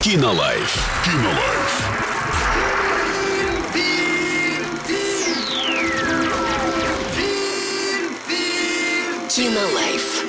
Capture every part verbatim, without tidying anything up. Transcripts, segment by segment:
Кинолайф. Кинолайф. Кинолайф.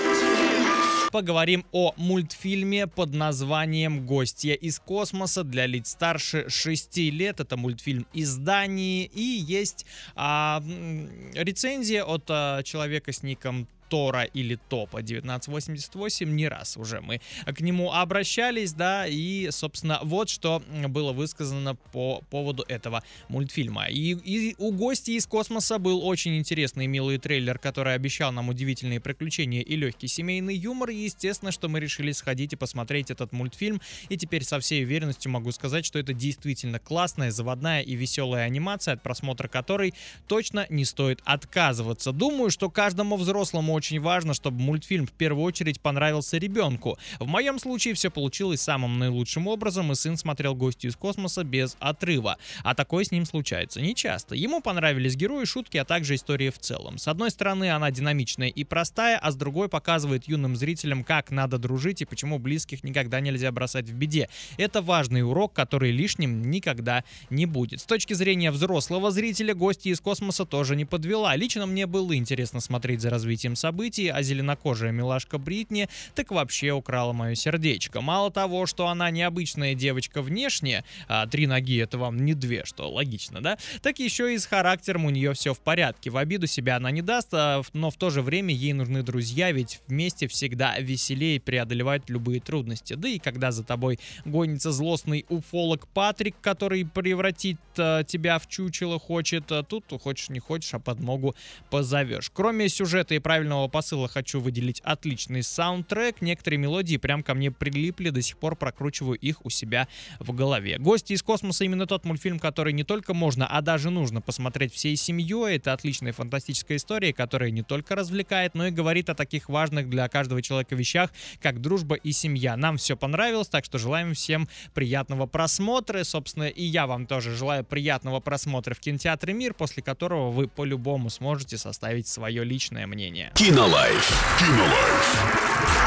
Поговорим о мультфильме под названием «Гостья из космоса» для лиц старше шести лет. Это мультфильм из Дании. И есть а, рецензия от а, человека с ником Тора или Топа девятнадцать восемьдесят восемь, не раз уже мы к нему обращались, да, и, собственно, вот что было высказано по поводу этого мультфильма. И, и у «Гостей из космоса» был очень интересный и милый трейлер, который обещал нам удивительные приключения и легкий семейный юмор, и, естественно, что мы решили сходить и посмотреть этот мультфильм, и теперь со всей уверенностью могу сказать, что это действительно классная, заводная и веселая анимация, от просмотра которой точно не стоит отказываться. Думаю, что каждому взрослому очень важно, чтобы мультфильм в первую очередь понравился ребенку. В моем случае все получилось самым наилучшим образом, и сын смотрел «Гостью из космоса» без отрыва. А такое с ним случается нечасто. Ему понравились герои, шутки, а также история в целом. С одной стороны, она динамичная и простая, а с другой показывает юным зрителям, как надо дружить и почему близких никогда нельзя бросать в беде. Это важный урок, который лишним никогда не будет. С точки зрения взрослого зрителя, «Гостья из космоса» тоже не подвела. Лично мне было интересно смотреть за развитием событий, а зеленокожая милашка Бритни так вообще украла мое сердечко. Мало того, что она необычная девочка внешне, а три ноги это вам не две, что логично, да? Так еще и с характером у нее все в порядке. В обиду себя она не даст, но в то же время ей нужны друзья, ведь вместе всегда веселее преодолевать любые трудности. Да и когда за тобой гонится злостный уфолог Патрик, который превратит а, тебя в чучело хочет, а тут хочешь не хочешь, а подмогу позовешь. Кроме сюжета и правильного посыла хочу выделить отличный саундтрек. Некоторые мелодии прям ко мне прилипли, до сих пор прокручиваю их у себя в голове. «Гости из космоса» именно тот мультфильм, который не только можно, а даже нужно посмотреть всей семьей. Это отличная фантастическая история, которая не только развлекает, но и говорит о таких важных для каждого человека вещах, как дружба и семья. Нам все понравилось, так что желаем всем приятного просмотра. Собственно, и я вам тоже желаю приятного просмотра в кинотеатре «Мир», после которого вы по-любому сможете составить свое личное мнение. Кинолайф. Кинолайф.